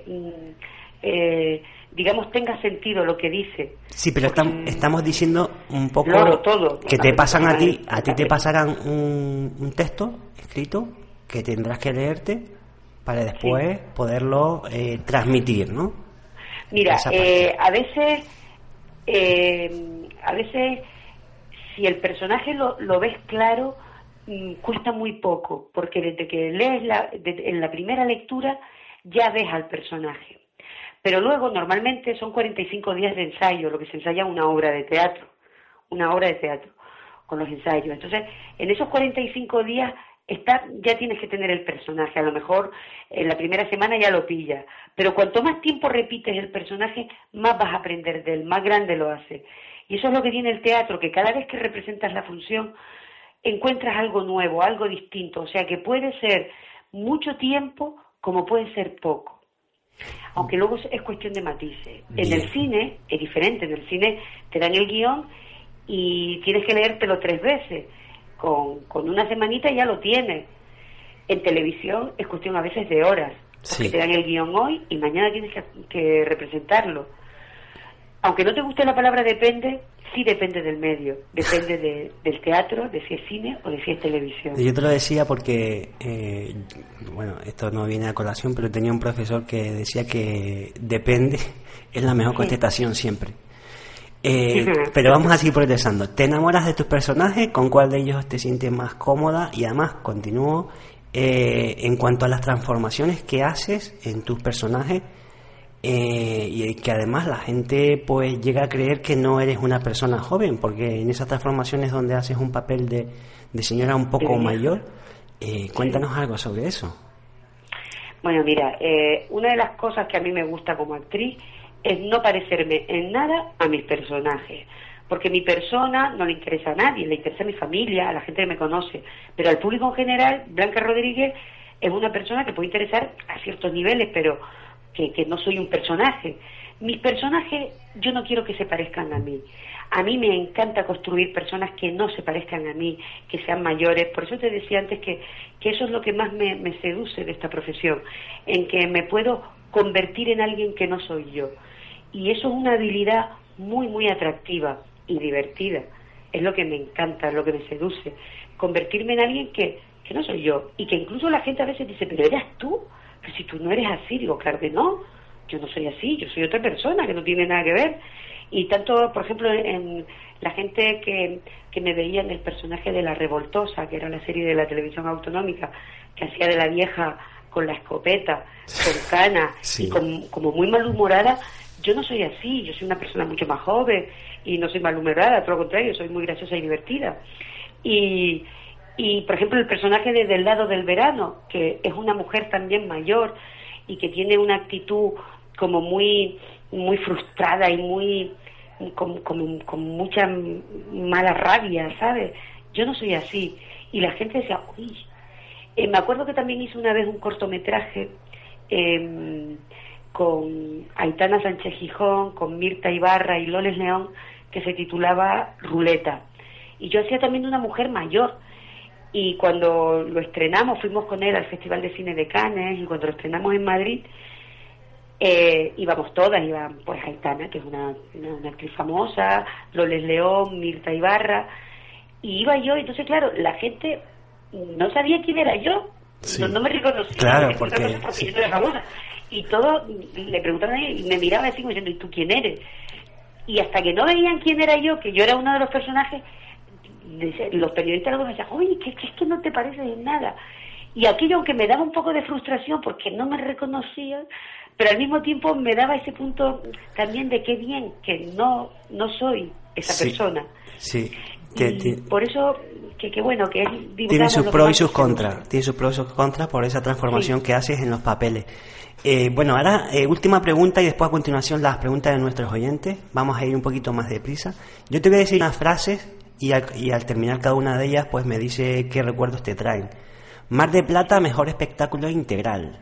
eh, digamos, tenga sentido lo que dice. Sí, pero Porque, estamos, estamos diciendo un poco luego, todo, que te pasan a ti, a ti te vale. pasarán un, un texto escrito que tendrás que leerte para después sí. poderlo eh, transmitir, ¿no? Mira, eh, a veces, eh, a veces, si el personaje lo, lo ves claro, mmm, cuesta muy poco, porque desde que lees la, de, en la primera lectura ya ves al personaje. Pero luego, normalmente, son cuarenta y cinco días de ensayo, lo que se ensaya una obra de teatro, una obra de teatro, con los ensayos. Entonces, en esos cuarenta y cinco días está, ya tienes que tener el personaje. A lo mejor en la primera semana ya lo pillas, pero cuanto más tiempo repites el personaje, más vas a aprender de él, más grande lo hace. Y eso es lo que tiene el teatro, que cada vez que representas la función encuentras algo nuevo, algo distinto. O sea que puede ser mucho tiempo como puede ser poco. Aunque luego es cuestión de matices. En el cine es diferente. En el cine te dan el guión y tienes que leértelo tres veces. Con, con una semanita ya lo tienes. En televisión es cuestión a veces de horas, porque sí. te dan el guión hoy y mañana tienes que, que representarlo. Aunque no te guste la palabra depende, sí depende del medio, depende de, del teatro, de si es cine o de si es televisión. Yo te lo decía porque, eh, bueno, esto no viene a colación, pero tenía un profesor que decía que depende es la mejor contestación sí. siempre. Eh, pero vamos a seguir progresando. ¿Te enamoras de tus personajes? ¿Con cuál de ellos te sientes más cómoda? Y además, continúo, eh, en cuanto a las transformaciones que haces en tus personajes, eh, y que además la gente pues llega a creer que no eres una persona joven, porque en esas transformaciones donde haces un papel de, de señora un poco mayor, eh, cuéntanos sí. algo sobre eso. Bueno, mira, eh, una de las cosas que a mí me gusta como actriz es no parecerme en nada a mis personajes, porque mi persona no le interesa a nadie, le interesa a mi familia, a la gente que me conoce, pero al público en general, Blanca Rodríguez es una persona que puede interesar a ciertos niveles, pero que, que no soy un personaje. Mis personajes yo no quiero que se parezcan a mí. A mí me encanta construir personas que no se parezcan a mí, que sean mayores. Por eso te decía antes que, que eso es lo que más me, me seduce de esta profesión, en que me puedo convertir en alguien que no soy yo. Y eso es una habilidad muy, muy atractiva y divertida. Es lo que me encanta, es lo que me seduce. Convertirme en alguien que, que no soy yo. Y que incluso la gente a veces dice, ¿pero eras tú? Pero si tú no eres así. Digo, claro que no. Yo no soy así. Yo soy otra persona que no tiene nada que ver. Y tanto, por ejemplo, en la gente que, que me veía en el personaje de La Revoltosa, que era la serie de la televisión autonómica, que hacía de la vieja con la escopeta, con canas sí. y con, como muy malhumorada. Yo no soy así, yo soy una persona mucho más joven y no soy malhumorada, todo lo contrario, soy muy graciosa y divertida. Y, y por ejemplo, el personaje de Del lado del verano, que es una mujer también mayor y que tiene una actitud como muy muy frustrada y muy con, con, con mucha mala rabia, ¿sabes? Yo no soy así. Y la gente decía, uy, eh, me acuerdo que también hice una vez un cortometraje eh, con Aitana Sánchez Gijón, con Mirta Ibarra y Loles León, que se titulaba Ruleta. Y yo hacía también de una mujer mayor. Y cuando lo estrenamos, fuimos con él al Festival de Cine de Cannes, y cuando lo estrenamos en Madrid, eh, íbamos todas, iba pues Aitana, que es una, una, una actriz famosa, Loles León, Mirta Ibarra, y iba yo, entonces claro, la gente no sabía quién era yo, sí. no, no me reconocía, claro, porque, porque, porque sí. yo no era famosa. Y todos le preguntaban a ella y me miraba así como diciendo, ¿y tú quién eres? Y hasta que no veían quién era yo, que yo era uno de los personajes, los periodistas luego me decían, oye, que, que es que no te pareces en nada. Y aquello, aunque me daba un poco de frustración porque no me reconocían, pero al mismo tiempo me daba ese punto también de qué bien que no no soy esa sí, persona. Sí. Que, y t- por eso, que, que bueno, que es... Tiene sus pros y sus contras, tiene sus pros y sus contras por esa transformación sí. que haces en los papeles. Eh, bueno, ahora, eh, última pregunta y después a continuación las preguntas de nuestros oyentes. Vamos a ir un poquito más deprisa. Yo te voy a decir unas frases y al, y al terminar cada una de ellas, pues me dice qué recuerdos te traen. Mar de Plata, mejor espectáculo integral.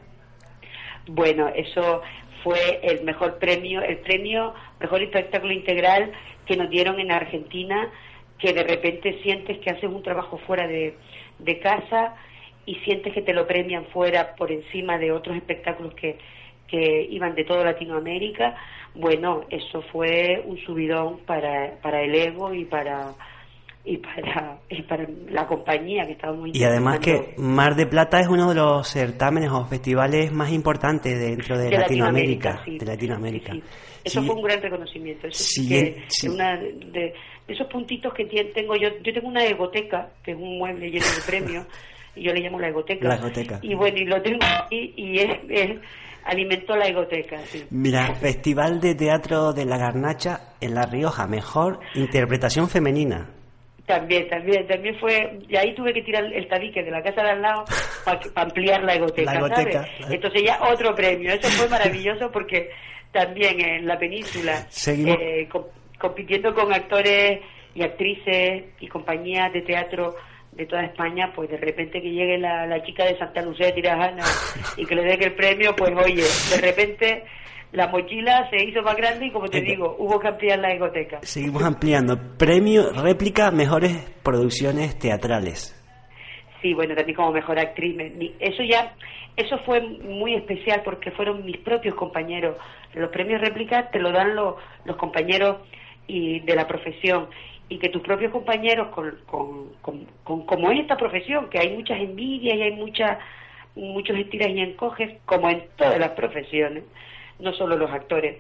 Bueno, eso fue el mejor premio, el premio mejor espectáculo integral que nos dieron en Argentina, que de repente sientes que haces un trabajo fuera de, de casa y sientes que te lo premian fuera por encima de otros espectáculos que, que iban de toda Latinoamérica. Bueno, eso fue un subidón para, para el ego y para y para y para la compañía que estábamos y además que Mar de Plata es uno de los certámenes o festivales más importantes dentro de, de Latinoamérica, Latinoamérica sí. de Latinoamérica sí, sí. Eso sí. Fue un gran reconocimiento. Eso sí, que sí. Una de, de esos puntitos que tengo yo yo tengo una egoteca, que es un mueble lleno de premios y yo le llamo la egoteca, la egoteca. Y bueno, y lo tengo aquí y es, es alimentó la egoteca, sí. Mira, Festival de Teatro de la Garnacha en La Rioja, mejor interpretación femenina. También, también, también fue, y ahí tuve que tirar el tabique de la casa de al lado para pa ampliar la egoteca, la egoteca ¿sabes? Entonces ya otro premio, eso fue maravilloso porque también en la península, eh, co compitiendo con actores y actrices y compañías de teatro de toda España, pues de repente que llegue la, la chica de Santa Lucía de Tirajana y que le den el premio, pues oye, de repente la mochila se hizo más grande y como te digo, hubo que ampliar la egoteca. Seguimos ampliando. Premio, réplica, mejores producciones teatrales. Sí, bueno, también como mejor actriz. Eso ya, eso fue muy especial porque fueron mis propios compañeros. Los premios réplica te lo dan los, los compañeros y de la profesión. Y que tus propios compañeros, con, con, con, con como es esta profesión, que hay muchas envidias y hay muchas muchos estiras y encoges, como en todas las profesiones, no solo los actores,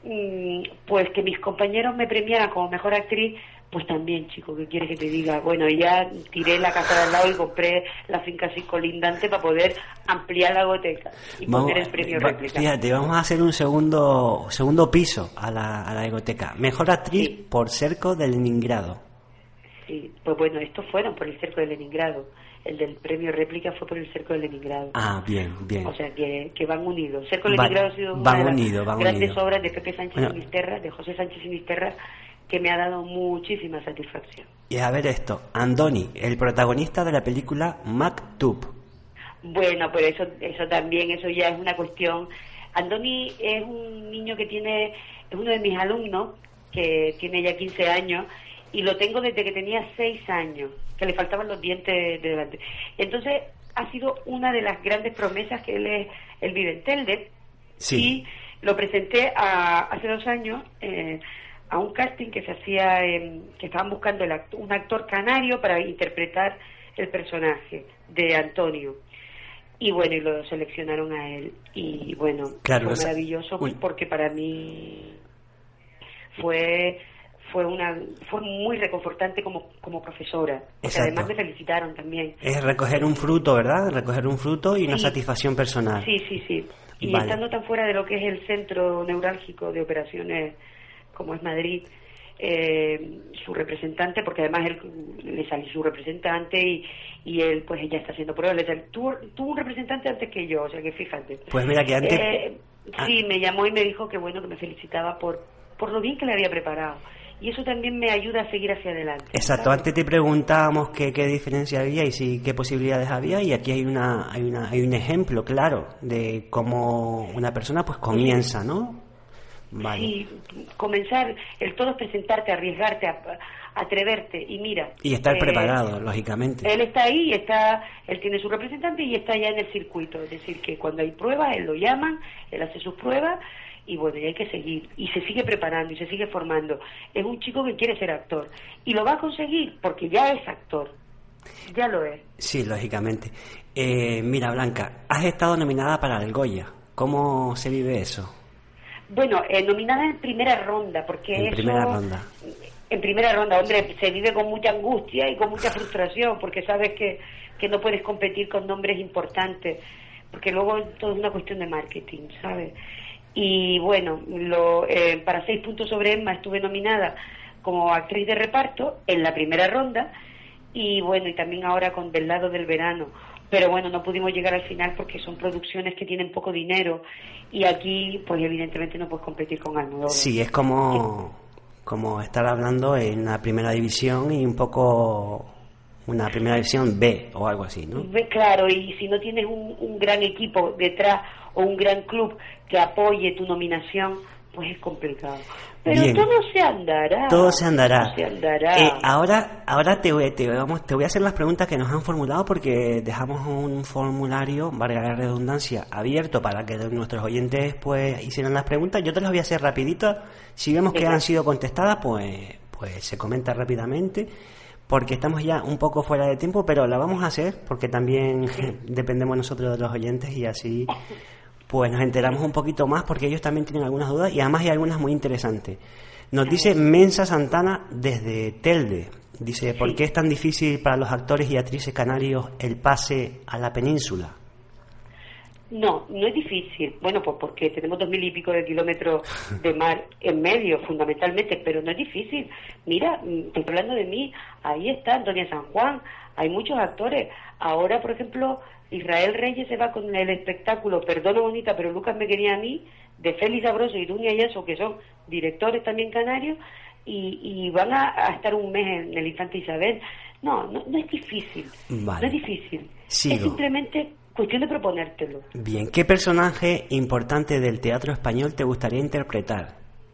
pues que mis compañeros me premiaran como mejor actriz, pues también, chico, ¿qué quieres que te diga? Bueno, ya tiré la casa de al lado y compré la finca así colindante para poder ampliar la goteca y vamos, poner el premio réplica. Fíjate, vamos a hacer un segundo segundo piso a la, a la egoteca. Mejor actriz sí. Por Cerco de Leningrado. Sí, pues bueno, estos fueron por el Cerco de Leningrado. El del premio réplica fue por el Cerco de Leningrado. Ah, bien, bien. O sea, que, que van unidos. Cerco de Leningrado va, ha sido una van de las unido, van grandes unido. obras de Pepe Sánchez bueno. Sinisterra, de José Sánchez Sinisterra, que me ha dado muchísima satisfacción. Y a ver esto, Andoni, el protagonista de la película Maktub. Bueno, pues eso, eso también, eso ya es una cuestión. Andoni es un niño que tiene, es uno de mis alumnos, que tiene ya quince años, y lo tengo desde que tenía seis años, que le faltaban los dientes de delante. Entonces, ha sido una de las grandes promesas que él es, él vive en Telde, sí. Y lo presenté a, hace dos años, eh, a un casting que se hacía, eh, que estaban buscando el acto, un actor canario para interpretar el personaje de Antonio. Y bueno, y lo seleccionaron a él. Y bueno, claro, fue maravilloso uy. porque para mí fue fue una fue muy reconfortante como como profesora. Porque además me felicitaron también. Es recoger un fruto, ¿verdad? Recoger un fruto y sí. una satisfacción personal. Sí, sí, sí. Y vale. Estando tan fuera de lo que es el centro neurálgico de operaciones como es Madrid, eh, su representante, porque además él le salió su representante y, y él pues ella está haciendo pruebas, tuvo, tuvo un representante antes que yo, o sea que fíjate. Pues mira que antes... Eh, sí, me llamó y me dijo que bueno, que me felicitaba por, por lo bien que le había preparado. Y eso también me ayuda a seguir hacia adelante. Exacto, ¿sabes? Antes te preguntábamos qué, qué diferencia había y si, qué posibilidades había, y aquí hay una, hay una hay un ejemplo claro de cómo una persona pues comienza, ¿no? Vale. Sí, comenzar, el todo es presentarte, arriesgarte, a, a atreverte, y mira... Y estar eh, preparado, lógicamente. Él está ahí, está, él tiene su representante y está ya en el circuito, es decir, que cuando hay pruebas, él lo llaman, él hace sus pruebas, y bueno, y hay que seguir, y se sigue preparando, y se sigue formando. Es un chico que quiere ser actor, y lo va a conseguir, porque ya es actor, ya lo es. Sí, lógicamente. Eh, mira, Blanca, has estado nominada para el Goya, ¿cómo se vive eso? Bueno, eh, nominada en primera ronda, porque en eso... primera ronda. En primera ronda, hombre, se vive con mucha angustia y con mucha frustración, porque sabes que, que no puedes competir con nombres importantes, porque luego todo es una cuestión de marketing, ¿sabes? Y bueno, lo, eh, para Seis puntos sobre Emma estuve nominada como actriz de reparto en la primera ronda, y bueno, y también ahora con Del lado del verano. Pero bueno, no pudimos llegar al final porque son producciones que tienen poco dinero y aquí pues evidentemente no puedes competir con Almodóvar. Sí, es como, como estar hablando en la primera división y un poco una primera división B o algo así, ¿no? Claro, y si no tienes un, un gran equipo detrás o un gran club que apoye tu nominación, pues es complicado. Pero Bien. todo se andará. Todo se andará. Todo se andará. Eh, ahora ahora te, voy- te, vamos, te voy a hacer las preguntas que nos han formulado porque dejamos un formulario, valga la redundancia, abierto para que nuestros oyentes pues hicieran las preguntas. Yo te las voy a hacer rapidito. Si vemos que Venga. han sido contestadas, pues, pues se comenta rápidamente. Porque estamos ya un poco fuera de tiempo, pero la vamos a hacer porque también dependemos nosotros de los oyentes y así pues nos enteramos un poquito más porque ellos también tienen algunas dudas y además hay algunas muy interesantes. Nos dice Mensa Santana desde Telde. Dice, ¿por qué es tan difícil para los actores y actrices canarios el pase a la península? No, no es difícil. Bueno, pues porque tenemos dos mil y pico de kilómetros de mar en medio, fundamentalmente, pero no es difícil. Mira, estoy hablando de mí, ahí está Antonia San Juan, hay muchos actores. Ahora, por ejemplo, Israel Reyes se va con el espectáculo Perdona Bonita, pero Lucas me quería a mí, de Félix Sabroso y Dunia y eso, que son directores también canarios, y, y van a, a estar un mes en el Infante Isabel. No, no, no es difícil, Vale. no es difícil. Sigo. Es simplemente cuestión de proponértelo. Bien, ¿qué personaje importante del teatro español te gustaría interpretar?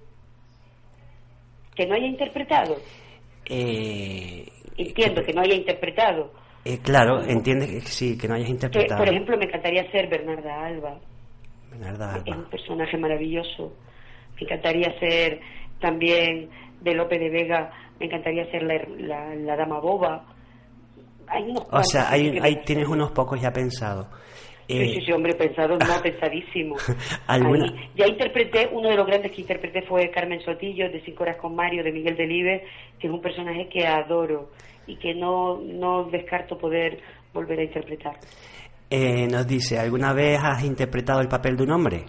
Que no haya interpretado. Eh, Entiendo que, que no haya interpretado. Eh, claro, entiendes que sí, que no hayas Que, interpretado. por ejemplo, me encantaría ser Bernarda Alba. Bernarda Es un Alba. personaje maravilloso. Me encantaría ser también de Lope de Vega. Me encantaría ser la, la, la dama boba. Hay unos O sea, cuantos hay, que me hay, gustan. tienes unos pocos ya pensados. Sí, Eh, sí, sí, hombre, pensado, no, pensadísimo. ¿Alguna? Ahí. Ya interpreté, uno de los grandes que interpreté fue Carmen Sotillo, de Cinco Horas con Mario, de Miguel Delibes, que es un personaje que adoro y que no, no descarto poder volver a interpretar. Eh, nos dice, ¿alguna vez has interpretado el papel de un hombre?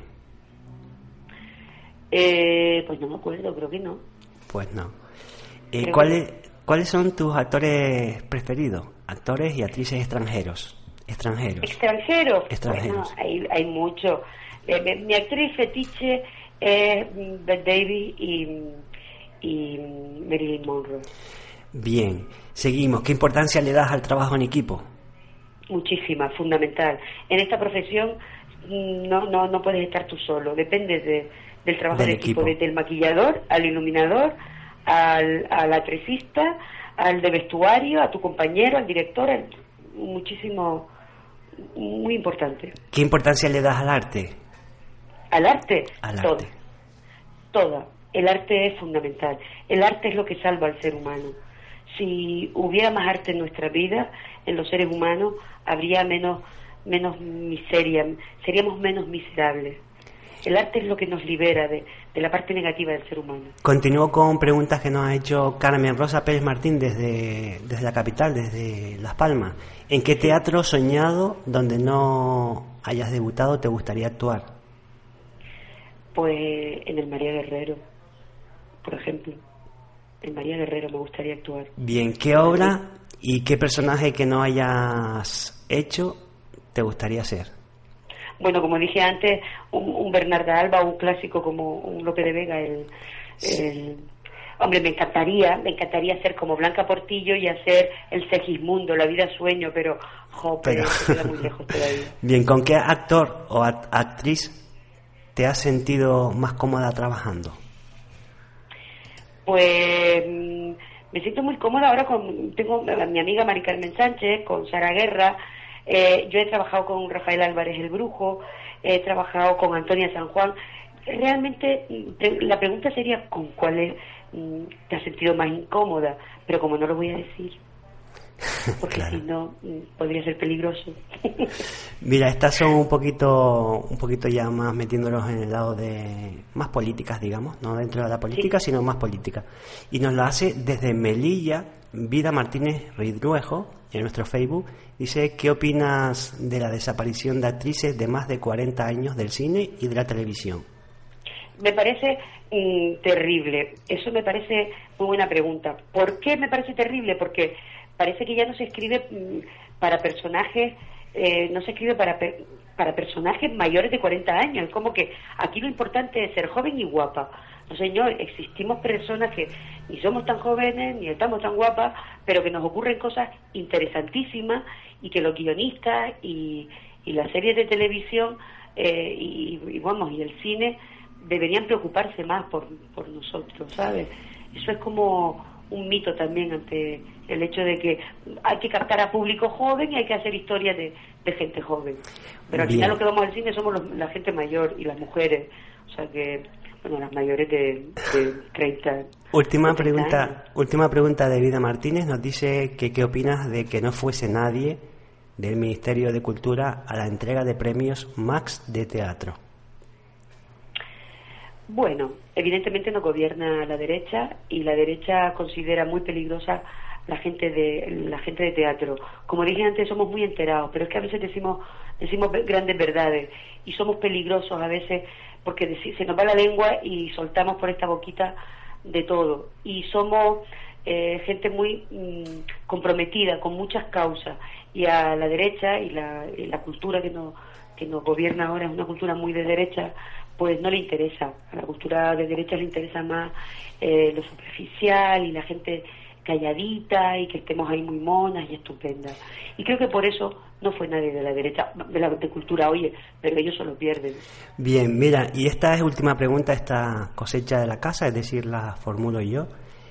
Eh, pues no me acuerdo, creo que no. Pues no. Eh, Creo ¿cuáles, ¿Cuáles son tus actores preferidos? Actores y actrices extranjeros. Extranjeros. ¿Extranjeros? Extranjeros. Bueno, hay, hay mucho. Eh, mi, mi actriz fetiche es mm, Bette Davis y, y Marilyn Monroe. Bien, seguimos. ¿Qué importancia le das al trabajo en equipo? Muchísima, fundamental. En esta profesión mm, no no no puedes estar tú solo, depende de, del trabajo Del de equipo, equipo. desde el maquillador al iluminador, al, al atrecista, al de vestuario, a tu compañero, al director, al- muchísimo, muy importante. ¿Qué importancia le das al arte? Al arte, Al toda, arte. toda. El arte es fundamental. El arte es lo que salva al ser humano. Si hubiera más arte en nuestra vida, en los seres humanos, habría menos, menos miseria, seríamos menos miserables. El arte es lo que nos libera de, de la parte negativa del ser humano. Continúo con preguntas que nos ha hecho Carmen Rosa Pérez Martín desde, desde la capital, desde Las Palmas. ¿En qué teatro soñado donde no hayas debutado te gustaría actuar? Pues en el María Guerrero, por ejemplo. En María Guerrero me gustaría actuar. Bien, ¿qué obra y qué personaje que no hayas hecho te gustaría ser? Bueno, como dije antes, un, un Bernarda Alba, un clásico como un Lope de Vega, el, el... Hombre, me encantaría, me encantaría ser como Blanca Portillo y hacer el Segismundo, La vida sueño, pero, jo, pero, Pero- se queda muy lejos todavía. Bien, ¿con qué actor o act- actriz te has sentido más cómoda trabajando? Pues mm, me siento muy cómoda ahora con, tengo a mi amiga Mari Carmen Sánchez, con Sara Guerra, eh, yo he trabajado con Rafael Álvarez el Brujo, he trabajado con Antonia San Juan. Realmente mm, te- la pregunta sería con cuál es, mm, te has sentido más incómoda, pero como no lo voy a decir, porque Claro. si no mm, podría ser peligroso. Mira, estas son un poquito, un poquito ya más metiéndonos en el lado de más políticas, digamos, no dentro de la política, Sí. sino más política. Y nos lo hace desde Melilla, Vida Martínez Ridruejo, en nuestro Facebook. Dice, ¿qué opinas de la desaparición de actrices de más de cuarenta años del cine y de la televisión? Me parece mm, terrible. Eso me parece muy buena pregunta. ¿Por qué me parece terrible? Porque parece que ya no se escribe mm, para personajes eh, no se escribe para para personajes mayores de cuarenta años. Es como que aquí lo importante es ser joven y guapa. No, señor, existimos personas que ni somos tan jóvenes ni estamos tan guapas, pero que nos ocurren cosas interesantísimas y que los guionistas y, y las series de televisión eh, y, y vamos y el cine deberían preocuparse más por, por nosotros, ¿sabes? Eso es como un mito también ante el hecho de que hay que captar a público joven y hay que hacer historias de, de gente joven. Pero al Bien. final los que vamos al cine somos los, la gente mayor y las mujeres, o sea que, bueno, las mayores de, de treinta. Última de treinta pregunta, años. última pregunta de Vida Martínez. Nos dice que qué opinas de que no fuese nadie del Ministerio de Cultura a la entrega de premios Max de teatro. Bueno, evidentemente no gobierna la derecha y la derecha considera muy peligrosa la gente de la gente de teatro. Como dije antes, somos muy enterados, pero es que a veces decimos decimos grandes verdades y somos peligrosos a veces porque dec- se nos va la lengua y soltamos por esta boquita de todo. Y somos eh, gente muy mmm, comprometida con muchas causas y a la derecha y la, y la cultura que nos que nos gobierna ahora es una cultura muy de derecha, pues no le interesa. A la cultura de derecha le interesa más eh, lo superficial y la gente calladita y que estemos ahí muy monas y estupendas. Y creo que por eso no fue nadie de la derecha, de la de cultura, oye, pero ellos se lo pierden. Bien, mira, y esta es última pregunta, esta cosecha de la casa, es decir, la formulo yo.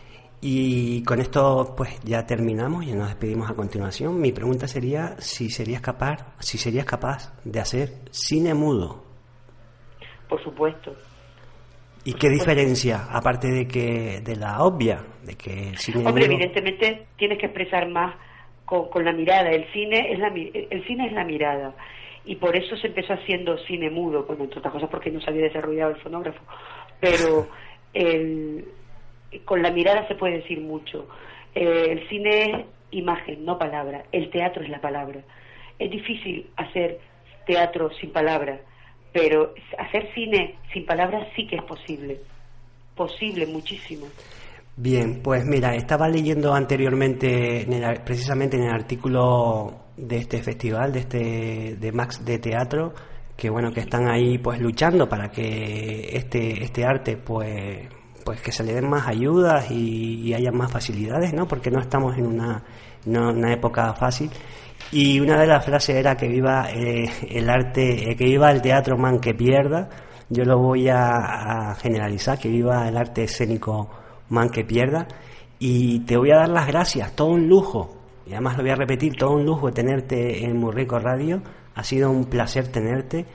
Y con esto pues ya terminamos y nos despedimos a continuación. Mi pregunta sería si serías capaz, si serías capaz de hacer cine mudo. Por supuesto. ¿Y qué diferencia, aparte de que de la obvia, de que el cine Hombre, mudo... evidentemente tienes que expresar más con, con la mirada. El cine es la el cine es la mirada y por eso se empezó haciendo cine mudo, bueno, entre otras cosas porque no se había desarrollado el fonógrafo, pero el, con la mirada se puede decir mucho. Eh, el cine es imagen, no palabra. El teatro es la palabra. Es difícil hacer teatro sin palabras, pero hacer cine sin palabras sí que es posible, posible muchísimo. Bien, pues mira, estaba leyendo anteriormente, en el, precisamente en el artículo de este festival, de este de Max de Teatro, que bueno, que están ahí pues luchando para que este este arte pues pues que se le den más ayudas y, y haya más facilidades, ¿no? Porque no estamos en una, no, una época fácil. Y una de las frases era que viva eh, el arte, eh, que viva el teatro man que pierda. Yo lo voy a, a generalizar, que viva el arte escénico man que pierda. Y te voy a dar las gracias, todo un lujo. Y además lo voy a repetir, todo un lujo tenerte en Muy Rico Radio. Ha sido un placer tenerte.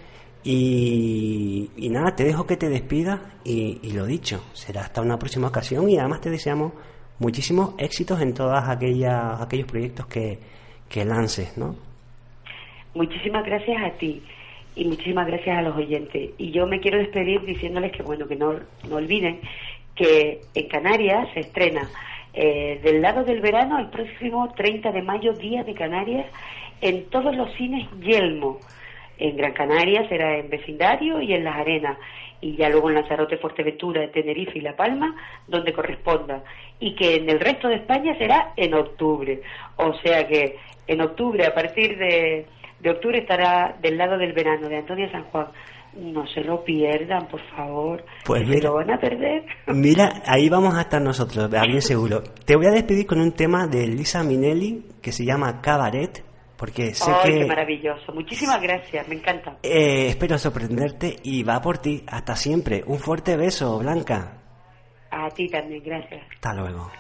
Y, y nada, te dejo que te despidas y, y lo dicho, será hasta una próxima ocasión y además te deseamos muchísimos éxitos en todos aquellas aquellos proyectos que que lances, ¿no? Muchísimas gracias a ti y muchísimas gracias a los oyentes. Y yo me quiero despedir diciéndoles que, bueno, que no, no olviden que en Canarias se estrena eh, Del lado del verano el próximo treinta de mayo, Día de Canarias, en todos los cines Yelmo. En Gran Canaria será en Vecindario y en Las Arenas, y ya luego en Lanzarote, Fuerteventura, Tenerife y La Palma, donde corresponda, y que en el resto de España será en octubre. O sea que en octubre, a partir de, de octubre, estará Del lado del verano, de Antonia San Juan. No se lo pierdan, por favor. Pues se mira, lo van a perder. Mira, ahí vamos a estar nosotros, bien seguro. Te voy a despedir con un tema de Lisa Minnelli que se llama Cabaret, porque sé ¡Ay, que... qué maravilloso! Muchísimas gracias, me encanta. Eh, espero sorprenderte y va por ti. Hasta siempre. Un fuerte beso, Blanca. A ti también, gracias. Hasta luego.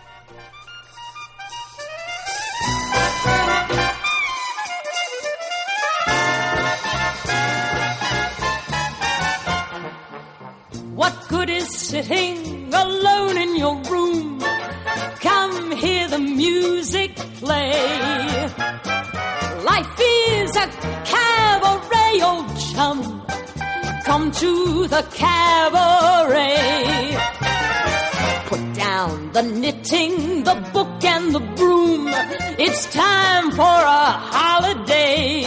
What good is sitting alone in your room? Come hear the music play. Life is a cabaret, old chum. Come to the cabaret. Put down the knitting, the book and the broom. It's time for a holiday.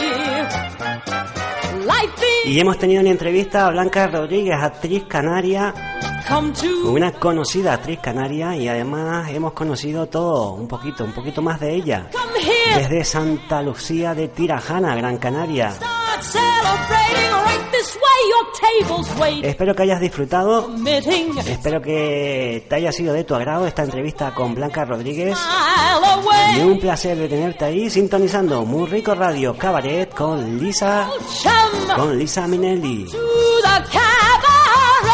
Life is... Y hemos tenido una entrevista a Blanca Rodríguez, actriz canaria, come to. Una conocida actriz canaria y además hemos conocido todo, un poquito, un poquito más de ella. Come here. Desde Santa Lucía de Tirajana, Gran Canaria. Start celebrating right this way. Your table's waiting. Espero que hayas disfrutado. Permitting. Espero que te haya sido de tu agrado esta entrevista con Blanca Rodríguez. Mile away. Y un placer de tenerte ahí sintonizando Muy Rico Radio Cabaret con Lisa, Chum. con Lisa Minnelli. To the cabaret.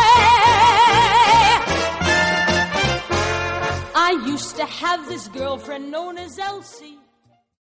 I used to have this girlfriend known as Elsie.